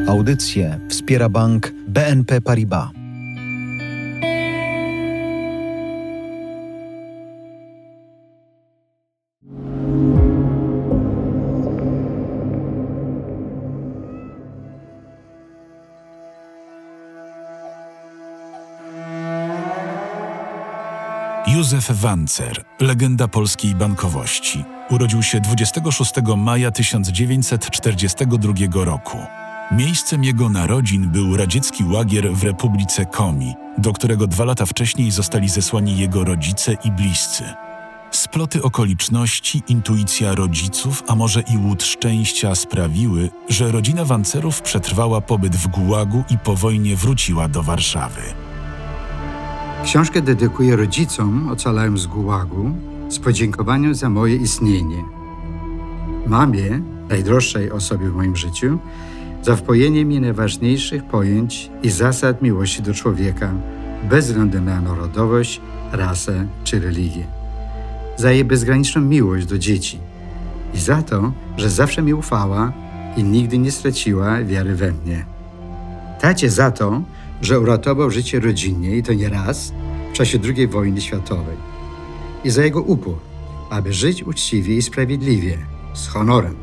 Audycję wspiera bank BNP Paribas. Józef Wancer, legenda polskiej bankowości, urodził się 26 maja 1942 roku. Miejscem jego narodzin był radziecki łagier w Republice Komi, do którego 2 lata wcześniej zostali zesłani jego rodzice i bliscy. Sploty okoliczności, intuicja rodziców, a może i łód szczęścia sprawiły, że rodzina Wancerów przetrwała pobyt w Gułagu i po wojnie wróciła do Warszawy. Książkę dedykuję rodzicom ocalałym z Gułagu z podziękowaniem za moje istnienie. Mamie, najdroższej osobie w moim życiu, za wpojenie mi najważniejszych pojęć i zasad miłości do człowieka, bez względu na narodowość, rasę czy religię. Za jej bezgraniczną miłość do dzieci i za to, że zawsze mi ufała i nigdy nie straciła wiary we mnie. Tacie za to, że uratował życie rodzinie i to nie raz w czasie II wojny światowej. I za jego upór, aby żyć uczciwie i sprawiedliwie, z honorem.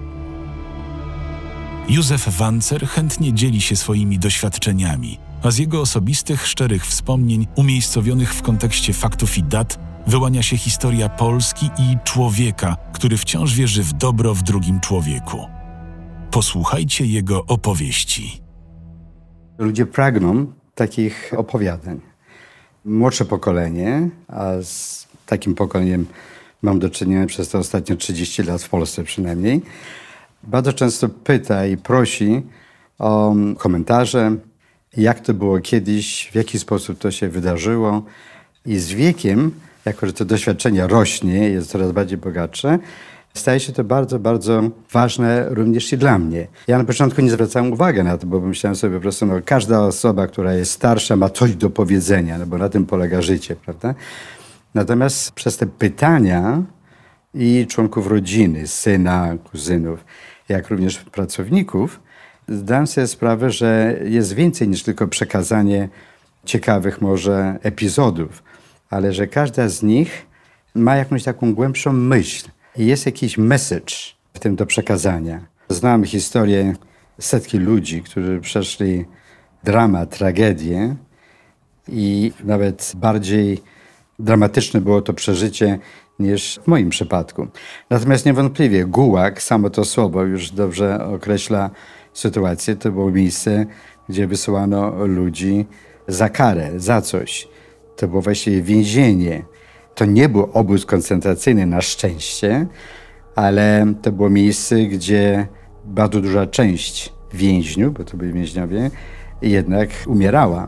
Józef Wancer chętnie dzieli się swoimi doświadczeniami, a z jego osobistych, szczerych wspomnień umiejscowionych w kontekście faktów i dat wyłania się historia Polski i człowieka, który wciąż wierzy w dobro w drugim człowieku. Posłuchajcie jego opowieści. Ludzie pragną takich opowiadań. Młodsze pokolenie, a z takim pokoleniem mam do czynienia przez te ostatnie 30 lat w Polsce przynajmniej, bardzo często pyta i prosi o komentarze, jak to było kiedyś, w jaki sposób to się wydarzyło. I z wiekiem, jako że to doświadczenie rośnie, jest coraz bardziej bogatsze, staje się to bardzo, bardzo ważne również i dla mnie. Ja na początku nie zwracałem uwagi na to, bo myślałem sobie po prostu, każda osoba, która jest starsza, ma coś do powiedzenia, bo na tym polega życie, prawda? Natomiast przez te pytania i członków rodziny, syna, kuzynów, jak również pracowników, zdałem sobie sprawę, że jest więcej niż tylko przekazanie ciekawych może epizodów, ale że każda z nich ma jakąś taką głębszą myśl. I jest jakiś message w tym do przekazania. Znam historię setki ludzi, którzy przeszli dramat, tragedię i nawet bardziej dramatyczne było to przeżycie niż w moim przypadku. Natomiast niewątpliwie Gułag, samo to słowo już dobrze określa sytuację. To było miejsce, gdzie wysyłano ludzi za karę, za coś. To było właściwie więzienie. To nie był obóz koncentracyjny na szczęście, ale to było miejsce, gdzie bardzo duża część więźniów, bo to byli więźniowie, jednak umierała.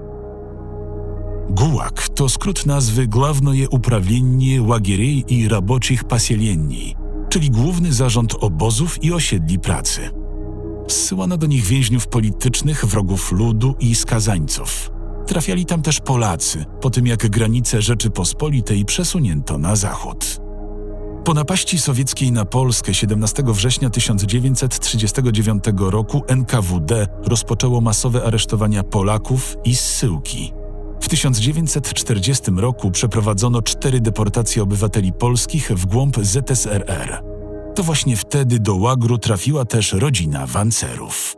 Gułag to skrót nazwy Главное управление лагерей и рабочих поселений, czyli Główny Zarząd Obozów i Osiedli Pracy. Zsyłano do nich więźniów politycznych, wrogów ludu i skazańców. Trafiali tam też Polacy, po tym jak granice Rzeczypospolitej przesunięto na zachód. Po napaści sowieckiej na Polskę 17 września 1939 roku NKWD rozpoczęło masowe aresztowania Polaków i zsyłki. W 1940 roku przeprowadzono 4 deportacje obywateli polskich w głąb ZSRR. To właśnie wtedy do łagru trafiła też rodzina Wancerów.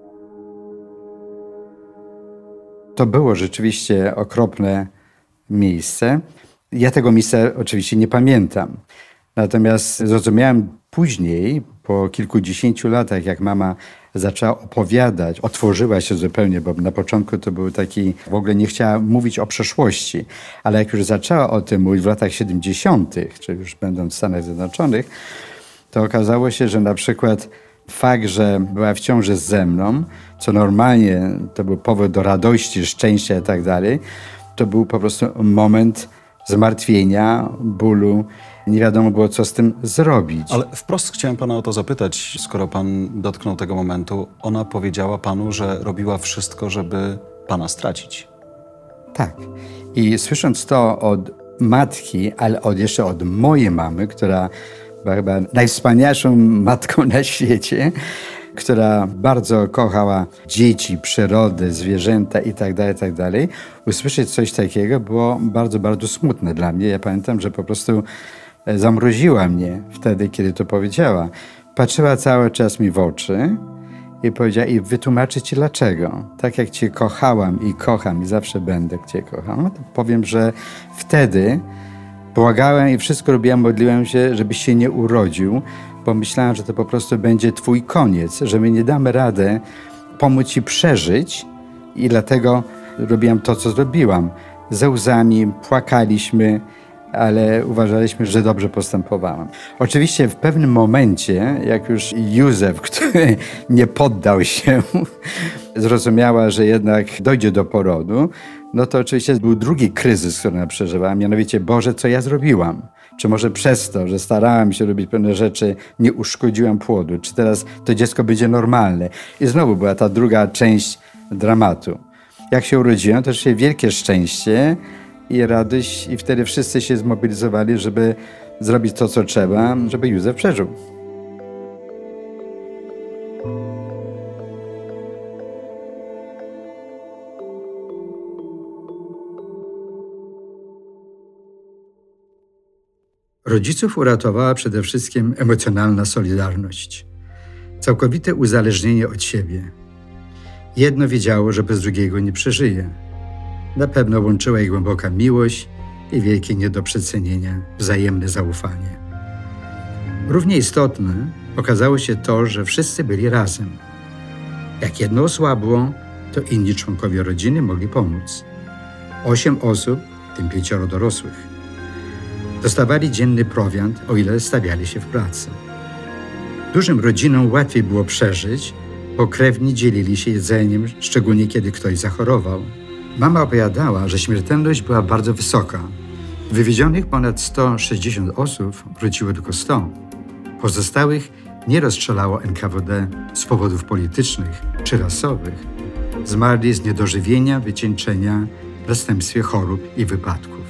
To było rzeczywiście okropne miejsce. Ja tego miejsca oczywiście nie pamiętam. Natomiast zrozumiałem później, po kilkudziesięciu latach, jak mama zaczęła opowiadać, otworzyła się zupełnie, bo na początku to był taki, w ogóle nie chciała mówić o przeszłości, ale jak już zaczęła o tym mówić w latach 70., czy już będąc w Stanach Zjednoczonych, to okazało się, że na przykład fakt, że była w ciąży ze mną, co normalnie to był powód do radości, szczęścia i tak dalej, to był po prostu moment zmartwienia, bólu. Nie wiadomo było, co z tym zrobić. Ale wprost chciałem pana o to zapytać, skoro pan dotknął tego momentu. Ona powiedziała panu, że robiła wszystko, żeby pana stracić. Tak. I słysząc to od matki, ale jeszcze od mojej mamy, która była chyba najwspanialszą matką na świecie, która bardzo kochała dzieci, przyrodę, zwierzęta itd., usłyszeć coś takiego było bardzo, bardzo smutne dla mnie. Ja pamiętam, że po prostu zamroziła mnie wtedy, kiedy to powiedziała. Patrzyła cały czas mi w oczy i powiedziała, i wytłumaczę ci dlaczego. Tak jak cię kochałam i kocham i zawsze będę cię kochał, no to powiem, że wtedy błagałem i wszystko robiłem, modliłem się, żebyś się nie urodził, bo myślałem, że to po prostu będzie twój koniec, że my nie damy rady pomóc ci przeżyć i dlatego robiłam to, co zrobiłam. Ze łzami płakaliśmy, ale uważaliśmy, że dobrze postępowałem. Oczywiście w pewnym momencie, jak już Józef, który nie poddał się, zrozumiała, że jednak dojdzie do porodu, no to oczywiście był drugi kryzys, który ja przeżywałem, mianowicie, Boże, co ja zrobiłam? Czy może przez to, że starałem się robić pewne rzeczy, nie uszkodziłam płodu? Czy teraz to dziecko będzie normalne? I znowu była ta druga część dramatu. Jak się urodziłem, to oczywiście wielkie szczęście i radość i wtedy wszyscy się zmobilizowali, żeby zrobić to, co trzeba, żeby Józef przeżył. Rodziców uratowała przede wszystkim emocjonalna solidarność, całkowite uzależnienie od siebie. Jedno wiedziało, że bez drugiego nie przeżyje. Na pewno łączyła ich głęboka miłość i wielkie nie do przecenienia wzajemne zaufanie. Równie istotne okazało się to, że wszyscy byli razem. Jak jedno osłabło, to inni członkowie rodziny mogli pomóc. 8 osób, w tym 5 dorosłych. Dostawali dzienny prowiant, o ile stawiali się w pracy. Dużym rodzinom łatwiej było przeżyć, bo krewni dzielili się jedzeniem, szczególnie kiedy ktoś zachorował. Mama opowiadała, że śmiertelność była bardzo wysoka. Wywiezionych ponad 160 osób wróciło tylko 100. Pozostałych nie rozstrzelało NKWD z powodów politycznych czy rasowych. Zmarli z niedożywienia, wycieńczenia w następstwie chorób i wypadków.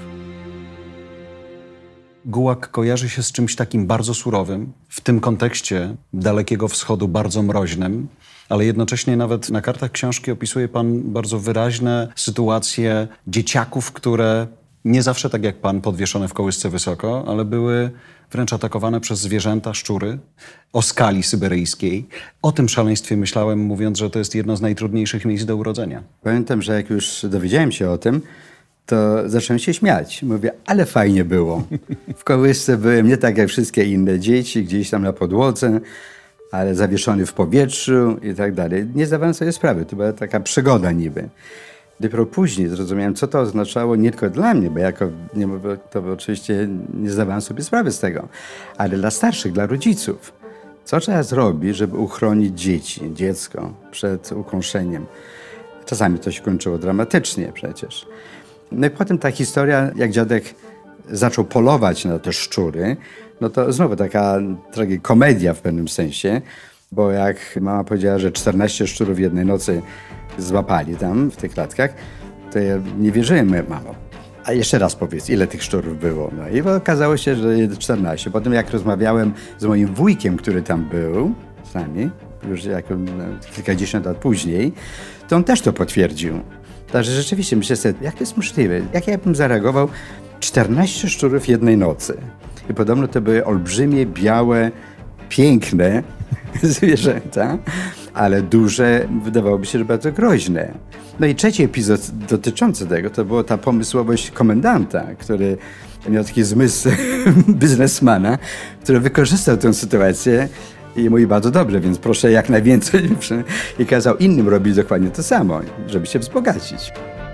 Gułag kojarzy się z czymś takim bardzo surowym, w tym kontekście Dalekiego Wschodu bardzo mroźnym, ale jednocześnie nawet na kartach książki opisuje pan bardzo wyraźne sytuacje dzieciaków, które nie zawsze tak jak pan podwieszone w kołysce wysoko, ale były wręcz atakowane przez zwierzęta, szczury o skali syberyjskiej. O tym szaleństwie myślałem, mówiąc, że to jest jedno z najtrudniejszych miejsc do urodzenia. Pamiętam, że jak już dowiedziałem się o tym, to zacząłem się śmiać. Mówię, ale fajnie było. W kołysce byłem nie tak jak wszystkie inne dzieci, gdzieś tam na podłodze, ale zawieszony w powietrzu i tak dalej. Nie zdawałem sobie sprawy, to była taka przygoda niby. Dopiero później zrozumiałem, co to oznaczało nie tylko dla mnie, bo jako to oczywiście nie zdawałem sobie sprawy z tego, ale dla starszych, dla rodziców. Co trzeba zrobić, żeby uchronić dziecko przed ukąszeniem? Czasami to się kończyło dramatycznie przecież. No i potem ta historia, jak dziadek zaczął polować na te szczury, no to znowu taka tragikomedia w pewnym sensie, bo jak mama powiedziała, że 14 szczurów jednej nocy złapali tam w tych klatkach, to ja nie wierzyłem, mamo. A jeszcze raz powiedz, ile tych szczurów było? No i okazało się, że 14. Potem jak rozmawiałem z moim wujkiem, który tam był z nami, już kilkadziesiąt lat później, to on też to potwierdził. Także rzeczywiście myślę sobie, jak to jest możliwe? Jak ja bym zareagował? 14 szczurów jednej nocy. I podobno to były olbrzymie, białe, piękne zwierzęta, ale duże, wydawałoby się, że bardzo groźne. No i trzeci epizod dotyczący tego, to była ta pomysłowość komendanta, który miał taki zmysł biznesmana, który wykorzystał tę sytuację i mówi bardzo dobrze, więc proszę jak najwięcej. I kazał innym robić dokładnie to samo, żeby się wzbogacić.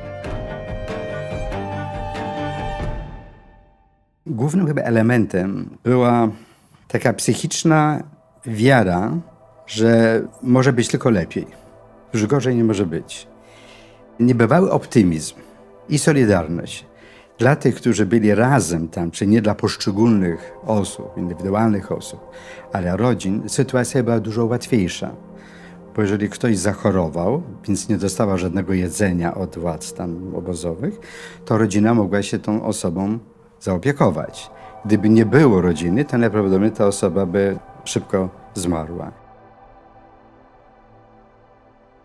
Głównym chyba elementem była taka psychiczna wiara, że może być tylko lepiej. Już gorzej nie może być. Niebywały optymizm i solidarność dla tych, którzy byli razem tam, czy nie dla poszczególnych osób, indywidualnych osób, ale rodzin, sytuacja była dużo łatwiejsza. Bo jeżeli ktoś zachorował, więc nie dostała żadnego jedzenia od władz tam obozowych, to rodzina mogła się tą osobą zaopiekować. Gdyby nie było rodziny, to najprawdopodobniej ta osoba by szybko zmarła.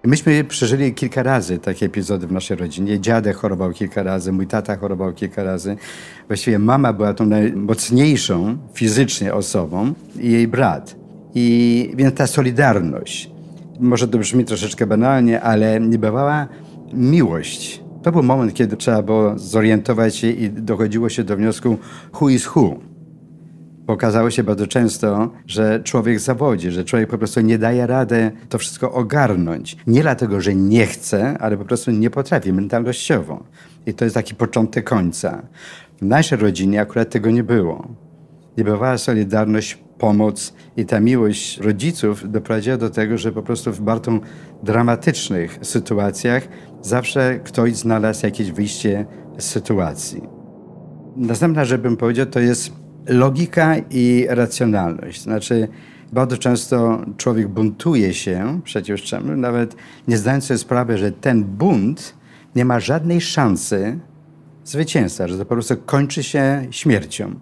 Myśmy przeżyli kilka razy takie epizody w naszej rodzinie. Dziadek chorował kilka razy, mój tata chorował kilka razy. Właściwie mama była tą najmocniejszą fizycznie osobą i jej brat. I więc ta solidarność, może to brzmi troszeczkę banalnie, ale nie bywała miłość. To był moment, kiedy trzeba było zorientować się i dochodziło się do wniosku who is who. Okazało się bardzo często, że człowiek zawodzi, że człowiek po prostu nie daje rady to wszystko ogarnąć. Nie dlatego, że nie chce, ale po prostu nie potrafi mentalnościowo. I to jest taki początek końca. W naszej rodzinie akurat tego nie było. Nie bywała solidarność, pomoc i ta miłość rodziców doprowadziła do tego, że po prostu w bardzo dramatycznych sytuacjach zawsze ktoś znalazł jakieś wyjście z sytuacji. Następna rzecz, bym powiedział, to jest logika i racjonalność. Znaczy, bardzo często człowiek buntuje się przeciw czemuś, nawet nie zdając sobie sprawy, że ten bunt nie ma żadnej szansy zwycięstwa, że to po prostu kończy się śmiercią.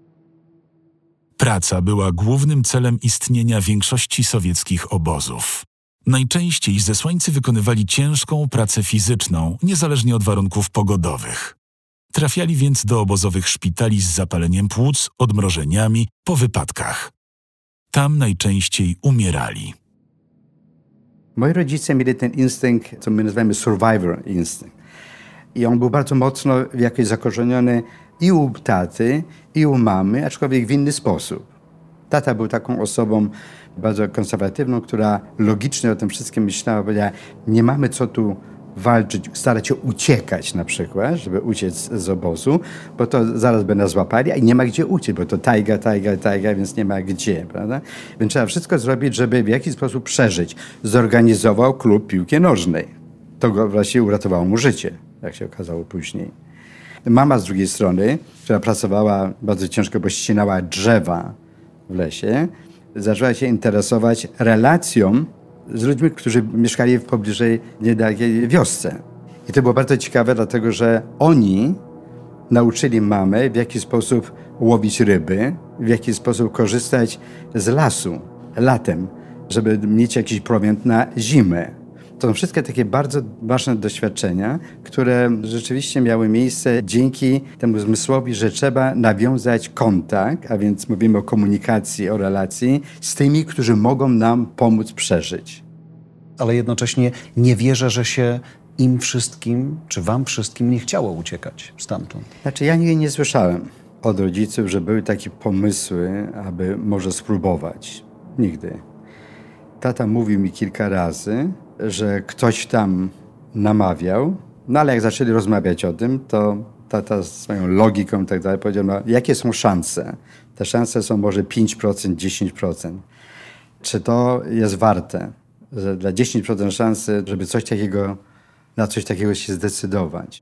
Praca była głównym celem istnienia większości sowieckich obozów. Najczęściej zesłańcy wykonywali ciężką pracę fizyczną, niezależnie od warunków pogodowych. Trafiali więc do obozowych szpitali z zapaleniem płuc, odmrożeniami, po wypadkach. Tam najczęściej umierali. Moi rodzice mieli ten instynkt, co my nazywamy survivor instynkt. I on był bardzo mocno jakoś zakorzeniony i u taty, i u mamy, aczkolwiek w inny sposób. Tata był taką osobą bardzo konserwatywną, która logicznie o tym wszystkim myślała, powiedziała, nie mamy co tu walczyć, starać się uciekać na przykład, żeby uciec z obozu, bo to zaraz by nas złapali, a nie ma gdzie uciec, bo to tajga, więc nie ma gdzie, prawda? Więc trzeba wszystko zrobić, żeby w jakiś sposób przeżyć. Zorganizował klub piłki nożnej. To go właśnie uratowało mu życie, jak się okazało później. Mama z drugiej strony, która pracowała bardzo ciężko, bo ścinała drzewa w lesie, zaczęła się interesować relacją z ludźmi, którzy mieszkali w pobliżu niedalekiej wiosce. I to było bardzo ciekawe, dlatego że oni nauczyli mamę, w jaki sposób łowić ryby, w jaki sposób korzystać z lasu latem, żeby mieć jakiś prowiant na zimę. To są wszystkie takie bardzo ważne doświadczenia, które rzeczywiście miały miejsce dzięki temu zmysłowi, że trzeba nawiązać kontakt, a więc mówimy o komunikacji, o relacji, z tymi, którzy mogą nam pomóc przeżyć. Ale jednocześnie nie wierzę, że się im wszystkim, czy wam wszystkim nie chciało uciekać stamtąd. Znaczy, ja nigdy nie słyszałem od rodziców, że były takie pomysły, aby może spróbować. Nigdy. Tata mówił mi kilka razy, że ktoś tam namawiał, no ale jak zaczęli rozmawiać o tym, to tata z swoją logiką i tak dalej powiedział, no jakie są szanse? Te szanse są może 5%, 10%. Czy to jest warte, że dla 10% szansy, żeby na coś takiego się zdecydować?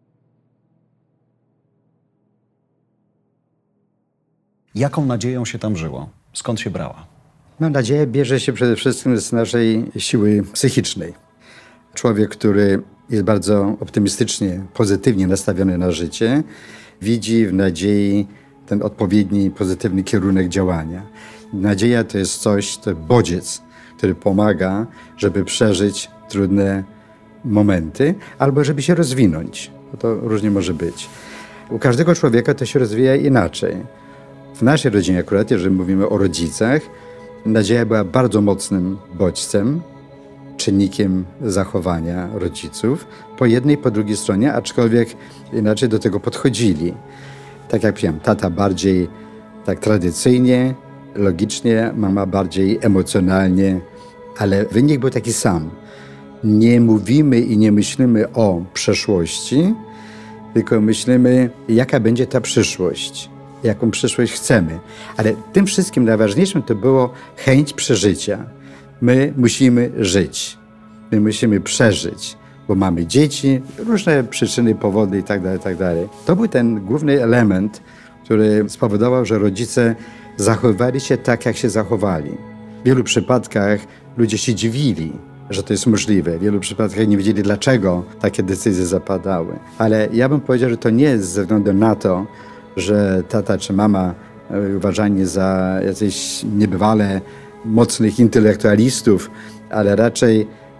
Jaką nadzieją się tam żyło? Skąd się brała? Mam nadzieję, bierze się przede wszystkim z naszej siły psychicznej. Człowiek, który jest bardzo optymistycznie, pozytywnie nastawiony na życie, widzi w nadziei ten odpowiedni, pozytywny kierunek działania. Nadzieja to jest coś, to bodziec, który pomaga, żeby przeżyć trudne momenty albo żeby się rozwinąć. Bo to różnie może być. U każdego człowieka to się rozwija inaczej. W naszej rodzinie akurat, jeżeli mówimy o rodzicach, nadzieja była bardzo mocnym bodźcem, czynnikiem zachowania rodziców, po jednej i po drugiej stronie, aczkolwiek inaczej do tego podchodzili. Tak jak powiedziałem, tata bardziej tak tradycyjnie, logicznie, mama bardziej emocjonalnie, ale wynik był taki sam. Nie mówimy i nie myślimy o przeszłości, tylko myślimy, jaka będzie ta przyszłość. Jaką przyszłość chcemy. Ale tym wszystkim najważniejszym to było chęć przeżycia. My musimy żyć. My musimy przeżyć, bo mamy dzieci, różne przyczyny, powody itd., itd. To był ten główny element, który spowodował, że rodzice zachowywali się tak, jak się zachowali. W wielu przypadkach ludzie się dziwili, że to jest możliwe. W wielu przypadkach nie wiedzieli, dlaczego takie decyzje zapadały. Ale ja bym powiedział, że to nie jest ze względu na to, że tata czy mama uważani za jacyś niebywale mocnych intelektualistów, ale raczej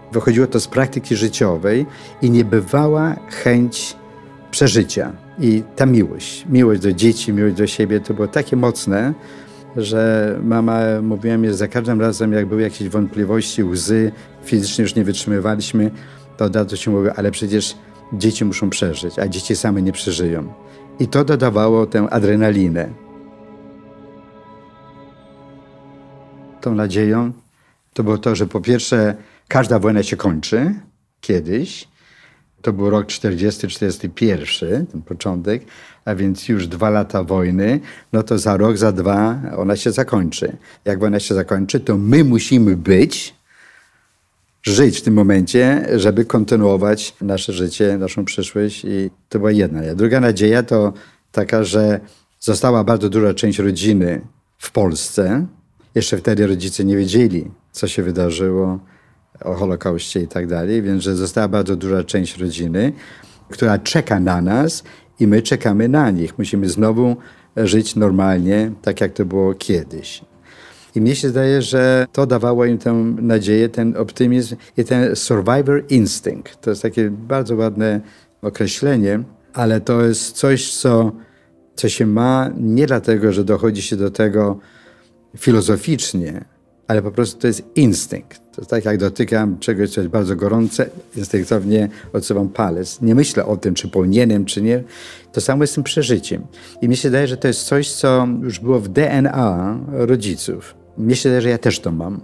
Wychodziło to z praktyki życiowej i niebywała chęć przeżycia. I ta miłość do dzieci, miłość do siebie, to było takie mocne, że mama mówiła mi, że za każdym razem, jak były jakieś wątpliwości, łzy, fizycznie już nie wytrzymywaliśmy, to od razu się mówiło, ale przecież dzieci muszą przeżyć, a dzieci same nie przeżyją. I to dodawało tę adrenalinę. Tą nadzieją to było to, że po pierwsze każda wojna się kończy kiedyś. To był rok 40-41, ten początek, a więc już 2 lata wojny, no to za rok, za 2 ona się zakończy. Jak wojna się zakończy, to my musimy żyć w tym momencie, żeby kontynuować nasze życie, naszą przyszłość i to była jedna. A druga nadzieja to taka, że została bardzo duża część rodziny w Polsce. Jeszcze wtedy rodzice nie wiedzieli, co się wydarzyło, o Holokauście i tak dalej, więc że została bardzo duża część rodziny, która czeka na nas i my czekamy na nich. Musimy znowu żyć normalnie, tak jak to było kiedyś. I mnie się zdaje, że to dawało im tę nadzieję, ten optymizm i ten survivor instinct. To jest takie bardzo ładne określenie, ale to jest coś, co się ma nie dlatego, że dochodzi się do tego filozoficznie, ale po prostu to jest instynkt. To jest tak, jak dotykam czegoś, co jest bardzo gorące, instynktownie odsuwam palec. Nie myślę o tym, czy powinienem, czy nie. To samo jest z tym przeżyciem. I mi się wydaje, że to jest coś, co już było w DNA rodziców. Mi się wydaje, że ja też to mam.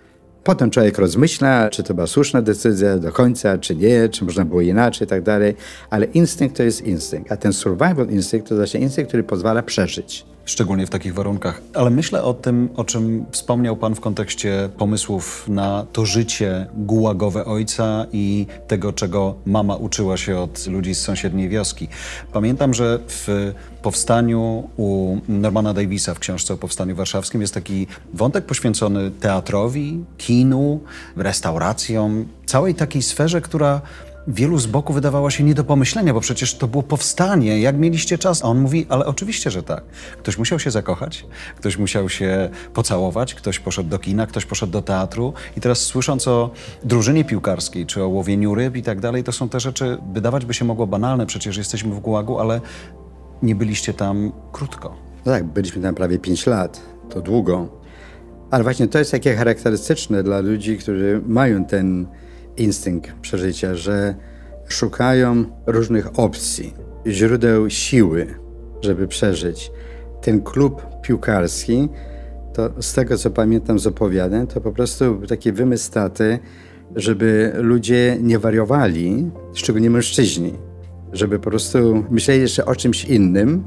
Potem człowiek rozmyśla, czy to była słuszna decyzja do końca, czy nie, czy można było inaczej i tak dalej. Ale instynkt to jest instynkt. A ten survival instynkt to właśnie instynkt, który pozwala przeżyć. Szczególnie w takich warunkach. Ale myślę o tym, o czym wspomniał pan w kontekście pomysłów na to życie gułagowe ojca i tego, czego mama uczyła się od ludzi z sąsiedniej wioski. Pamiętam, że w powstaniu u Normana Davisa w książce o Powstaniu Warszawskim jest taki wątek poświęcony teatrowi, kinu, restauracjom, całej takiej sferze, która wielu z boku wydawała się nie do pomyślenia, bo przecież to było powstanie, jak mieliście czas? A on mówi, ale oczywiście, że tak. Ktoś musiał się zakochać, ktoś musiał się pocałować, ktoś poszedł do kina, ktoś poszedł do teatru i teraz słysząc o drużynie piłkarskiej, czy o łowieniu ryb i tak dalej, to są te rzeczy, wydawać by się mogło banalne, przecież jesteśmy w gułagu, ale nie byliście tam krótko. No tak, byliśmy tam prawie 5 lat, to długo. Ale właśnie to jest takie charakterystyczne dla ludzi, którzy mają ten instynkt przeżycia, że szukają różnych opcji, źródeł siły, żeby przeżyć. Ten klub piłkarski, to z tego, co pamiętam z opowiadań, to po prostu taki wymysł taty, żeby ludzie nie wariowali, szczególnie mężczyźni, żeby po prostu myśleli jeszcze o czymś innym,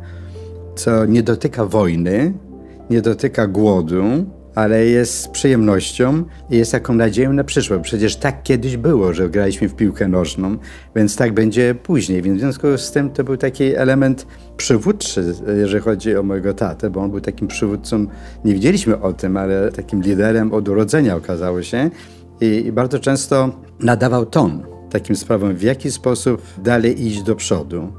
co nie dotyka wojny, nie dotyka głodu, ale jest z przyjemnością i jest taką nadzieją na przyszłość. Przecież tak kiedyś było, że graliśmy w piłkę nożną, więc tak będzie później. Więc w związku z tym to był taki element przywódczy, jeżeli chodzi o mojego tatę, bo on był takim przywódcą, nie wiedzieliśmy o tym, ale takim liderem od urodzenia okazało się i bardzo często nadawał ton takim sprawom, w jaki sposób dalej iść do przodu.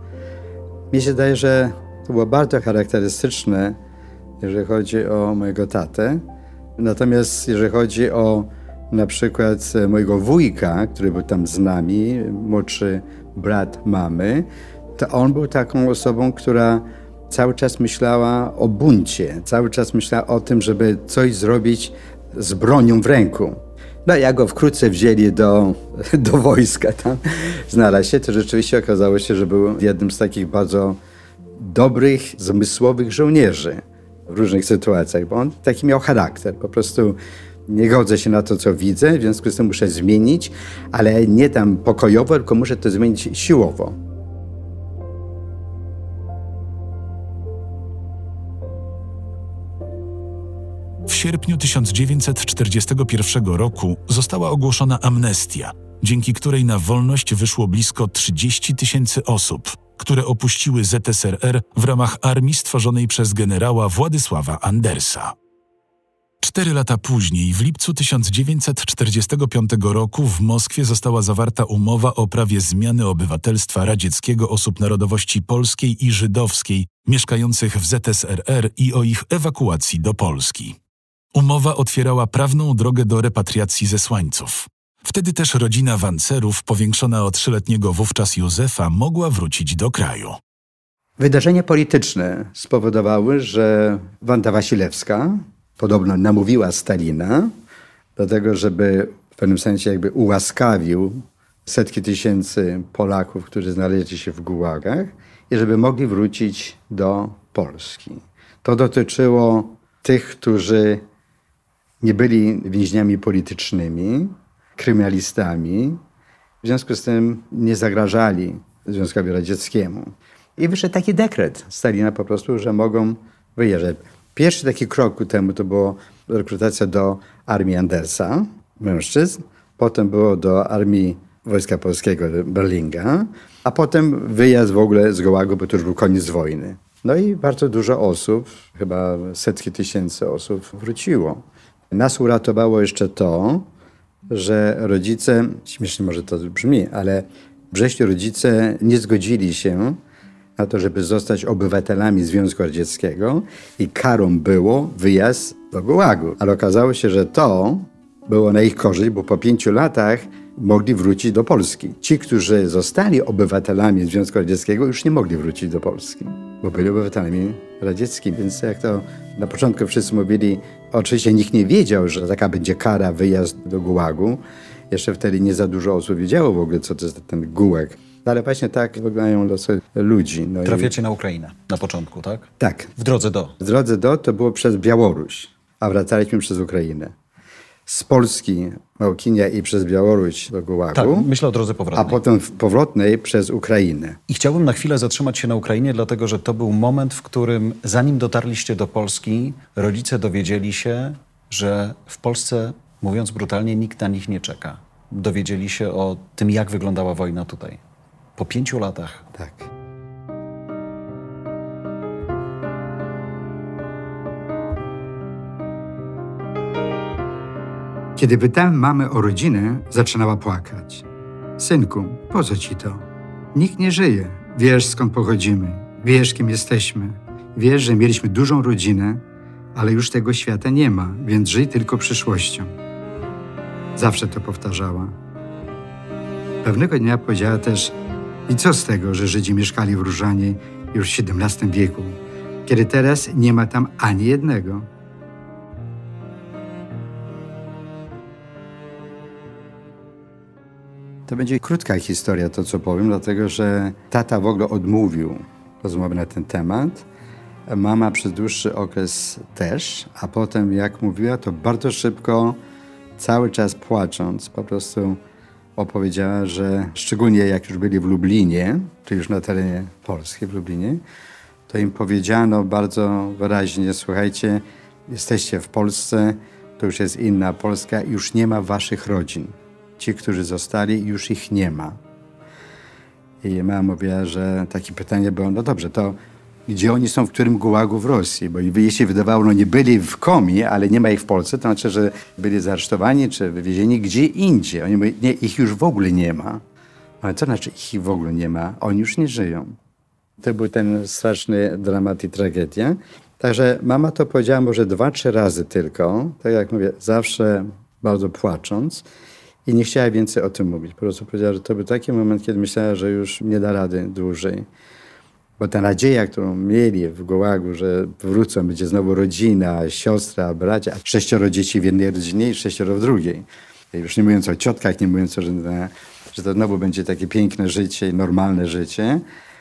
Mi się wydaje, że to było bardzo charakterystyczne, jeżeli chodzi o mojego tatę. Natomiast jeżeli chodzi o na przykład mojego wujka, który był tam z nami, młodszy brat mamy, to on był taką osobą, która cały czas myślała o buncie, cały czas myślała o tym, żeby coś zrobić z bronią w ręku. No jak go wkrótce wzięli do wojska, tam znalazł się, to rzeczywiście okazało się, że był jednym z takich bardzo dobrych, zmysłowych żołnierzy w różnych sytuacjach, bo on taki miał charakter. Po prostu nie godzę się na to, co widzę, w związku z tym muszę zmienić, ale nie tam pokojowo, tylko muszę to zmienić siłowo. W sierpniu 1941 roku została ogłoszona amnestia, dzięki której na wolność wyszło blisko 30 000 osób, które opuściły ZSRR w ramach armii stworzonej przez generała Władysława Andersa. 4 lata później, w lipcu 1945 roku w Moskwie została zawarta umowa o prawie zmiany obywatelstwa radzieckiego osób narodowości polskiej i żydowskiej mieszkających w ZSRR i o ich ewakuacji do Polski. Umowa otwierała prawną drogę do repatriacji zesłańców. Wtedy też rodzina Wancerów, powiększona o 3-letniego wówczas Józefa, mogła wrócić do kraju. Wydarzenia polityczne spowodowały, że Wanda Wasilewska podobno namówiła Stalina do tego, żeby w pewnym sensie jakby ułaskawił setki tysięcy Polaków, którzy znaleźli się w gułagach i żeby mogli wrócić do Polski. To dotyczyło tych, którzy nie byli więźniami politycznymi, kryminalistami, w związku z tym nie zagrażali Związkowi Radzieckiemu. I wyszedł taki dekret Stalina po prostu, że mogą wyjeżdżać. Pierwszy taki krok ku temu to była rekrutacja do armii Andersa, mężczyzn. Potem było do armii Wojska Polskiego Berlinga, a potem wyjazd w ogóle z Gułagu, bo to już był koniec wojny. No i bardzo dużo osób, chyba setki tysięcy osób wróciło. Nas uratowało jeszcze to, że rodzice, śmiesznie może to brzmi, ale w Brześciu rodzice nie zgodzili się na to, żeby zostać obywatelami Związku Radzieckiego i karą było wyjazd do Gułagu. Ale okazało się, że to było na ich korzyść, bo po 5 latach mogli wrócić do Polski. Ci, którzy zostali obywatelami Związku Radzieckiego, już nie mogli wrócić do Polski, bo byli obywatelami radzieckimi. Więc jak to na początku wszyscy mówili, oczywiście nikt nie wiedział, że taka będzie kara, wyjazd do Gułagu. Jeszcze wtedy nie za dużo osób wiedziało w ogóle, co to jest ten Gułag. No ale właśnie tak wyglądają losy ludzi. No Trafiacie na Ukrainę na początku, tak? Tak. W drodze do. W drodze do to było przez Białoruś, a wracaliśmy przez Ukrainę. Z Polski, Małkinia i przez Białoruś do Gułagu. Tak, myślę o drodze powrotnej. A potem w powrotnej przez Ukrainę. I chciałbym na chwilę zatrzymać się na Ukrainie, dlatego że to był moment, w którym zanim dotarliście do Polski, rodzice dowiedzieli się, że w Polsce, mówiąc brutalnie, nikt na nich nie czeka. Dowiedzieli się o tym, jak wyglądała wojna tutaj. Po 5 latach. Tak. Kiedy pytałem mamę o rodzinę, zaczynała płakać. Synku, po co ci to? Nikt nie żyje. Wiesz, skąd pochodzimy. Wiesz, kim jesteśmy. Wiesz, że mieliśmy dużą rodzinę, ale już tego świata nie ma, więc żyj tylko przyszłością. Zawsze to powtarzała. Pewnego dnia powiedziała też, i co z tego, że Żydzi mieszkali w Różanie już w XVII wieku, kiedy teraz nie ma tam ani jednego. To będzie krótka historia, to co powiem, dlatego że tata w ogóle odmówił rozmowy na ten temat. Mama przez dłuższy okres też, a potem, jak mówiła, to bardzo szybko, cały czas płacząc, po prostu opowiedziała, że szczególnie jak już byli w Lublinie, czy już na terenie Polski w Lublinie, to im powiedziano bardzo wyraźnie, słuchajcie, jesteście w Polsce, to już jest inna Polska, już nie ma waszych rodzin. Ci, którzy zostali, już ich nie ma. I mama mówiła, że takie pytanie było, no dobrze, to gdzie oni są, w którym gułagu w Rosji? Bo jeśli wydawało, no nie byli w Komie, ale nie ma ich w Polsce, to znaczy, że byli zaresztowani czy wywiezieni gdzie indziej. Oni mówią, nie, ich już w ogóle nie ma. Ale co znaczy ich w ogóle nie ma? Oni już nie żyją. To był ten straszny dramat i tragedia. Także mama to powiedziała może 2-3 razy tylko, tak jak mówię, zawsze bardzo płacząc. I nie chciała więcej o tym mówić. Po prostu powiedziała, że to był taki moment, kiedy myślała, że już nie da rady dłużej. Bo ta nadzieja, którą mieli w Gułagu, że wrócą, będzie znowu rodzina, siostra, bracia, 6 dzieci w jednej rodzinie i 6 w drugiej. I już nie mówiąc o ciotkach, nie mówiąc o, że to znowu będzie takie piękne życie i normalne życie.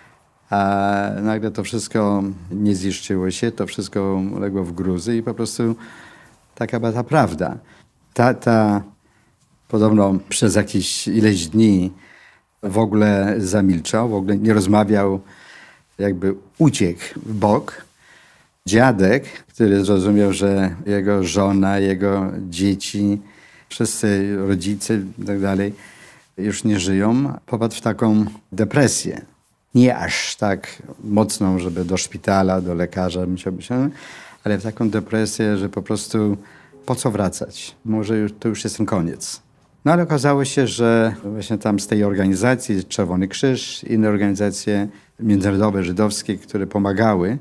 A nagle to wszystko nie ziszczyło się, to wszystko uległo w gruzy i po prostu taka była ta prawda. Tata podobno przez jakieś ileś dni w ogóle zamilczał, w ogóle nie rozmawiał, jakby uciekł w bok. Dziadek, który zrozumiał, że jego żona, jego dzieci, wszyscy rodzice i tak dalej już nie żyją, popadł w taką depresję. Nie aż tak mocną, żeby do szpitala, do lekarza musiałby się, ale w taką depresję, że po prostu po co wracać? Może to już jest ten koniec. No ale okazało się, że właśnie tam z tej organizacji, Czerwony Krzyż, inne organizacje międzynarodowe, żydowskie, które pomagały,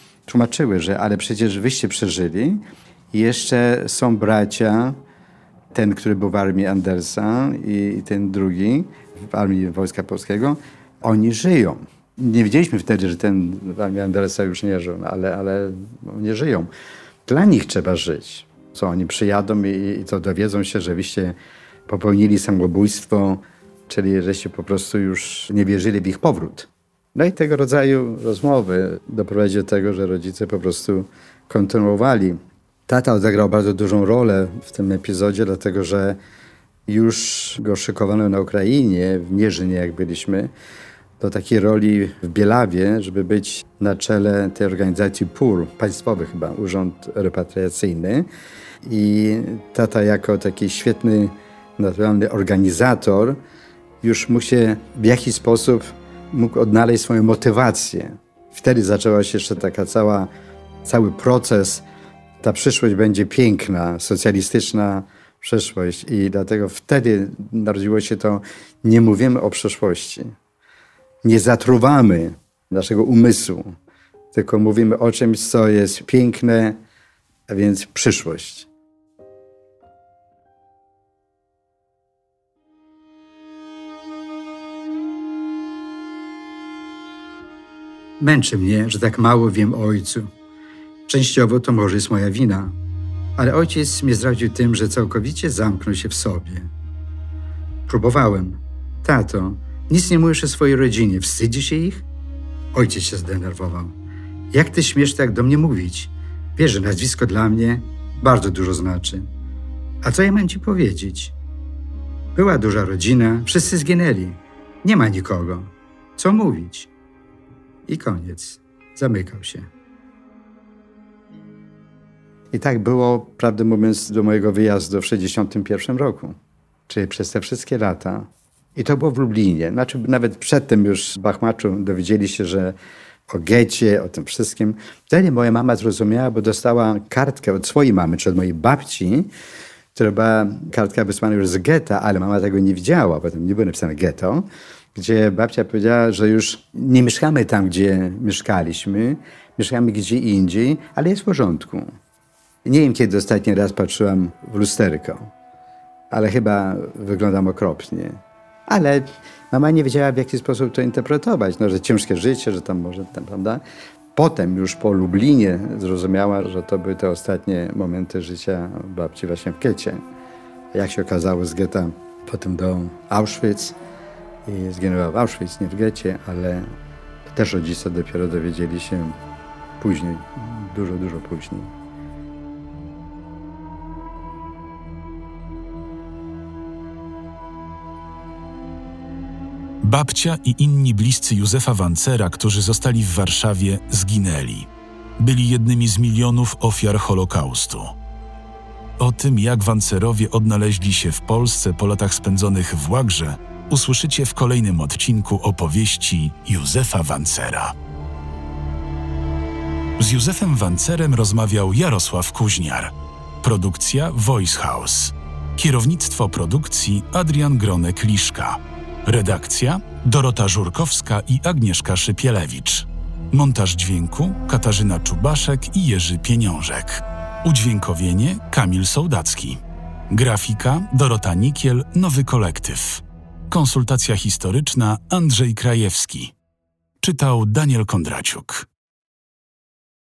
tłumaczyły, że ale przecież wyście przeżyli i jeszcze są bracia ten, który był w armii Andersa i ten drugi w armii Wojska Polskiego, oni żyją. Nie wiedzieliśmy wtedy, że ten w armii Andersa już nie żył, ale nie żyją. Dla nich trzeba żyć. Co oni przyjadą i to dowiedzą się, że rzeczywiście popełnili samobójstwo, czyli żeście po prostu już nie wierzyli w ich powrót. No i tego rodzaju rozmowy doprowadziły do tego, że rodzice po prostu kontynuowali. Tata odegrał bardzo dużą rolę w tym epizodzie, dlatego że już go szykowano na Ukrainie, w Mierzynie jak byliśmy, do takiej roli w Bielawie, żeby być na czele tej organizacji PUR, państwowy chyba, Urząd Repatriacyjny. I tata jako taki świetny, naturalny organizator już w jakiś sposób mógł odnaleźć swoją motywację. Wtedy zaczęła się jeszcze cały proces. Ta przyszłość będzie piękna, socjalistyczna przyszłość i dlatego wtedy narodziło się to, nie mówimy o przeszłości. Nie zatruwamy naszego umysłu, tylko mówimy o czymś, co jest piękne, a więc przyszłość. Męczy mnie, że tak mało wiem o ojcu. Częściowo to może jest moja wina, ale ojciec mnie zdradził tym, że całkowicie zamknął się w sobie. Próbowałem. Tato, nic nie mówisz o swojej rodzinie, wstydzi się ich? Ojciec się zdenerwował. Jak ty śmiesz tak do mnie mówić? Wiesz, że nazwisko dla mnie bardzo dużo znaczy. A co ja mam ci powiedzieć? Była duża rodzina, wszyscy zginęli. Nie ma nikogo. Co mówić? I koniec. Zamykał się. I tak było, prawdę mówiąc, do mojego wyjazdu w 1961 roku. Czyli przez te wszystkie lata. I to było w Lublinie. Znaczy nawet przedtem już w Bachmaczu dowiedzieli się, że o getcie, o tym wszystkim. Wtedy moja mama zrozumiała, bo dostała kartkę od swojej mamy, czy od mojej babci, która była kartka wysłana już z getta, ale mama tego nie widziała, bo tam nie było napisane getto, gdzie babcia powiedziała, że już nie mieszkamy tam, gdzie mieszkaliśmy, mieszkamy gdzie indziej, ale jest w porządku. Nie wiem, kiedy ostatni raz patrzyłam w lusterko, ale chyba wyglądam okropnie. Ale mama nie wiedziała, w jaki sposób to interpretować, że ciężkie życie, że tam może, prawda? Potem już po Lublinie zrozumiała, że to były te ostatnie momenty życia babci właśnie w getcie. Jak się okazało, z getta potem do Auschwitz i zginęła w Auschwitz, nie w getcie, ale też rodzice dopiero dowiedzieli się później, dużo, dużo później. Babcia i inni bliscy Józefa Wancera, którzy zostali w Warszawie, zginęli. Byli jednymi z milionów ofiar Holokaustu. O tym, jak Wancerowie odnaleźli się w Polsce po latach spędzonych w łagrze, usłyszycie w kolejnym odcinku opowieści Józefa Wancera. Z Józefem Wancerem rozmawiał Jarosław Kuźniar. Produkcja Voice House. Kierownictwo produkcji Adrian Gronek-Liszka. Redakcja Dorota Żurkowska i Agnieszka Szypielewicz. Montaż dźwięku Katarzyna Czubaszek i Jerzy Pieniążek. Udźwiękowienie Kamil Sołdacki. Grafika Dorota Nikiel, Nowy Kolektyw. Konsultacja historyczna Andrzej Krajewski. Czytał Daniel Kondraciuk.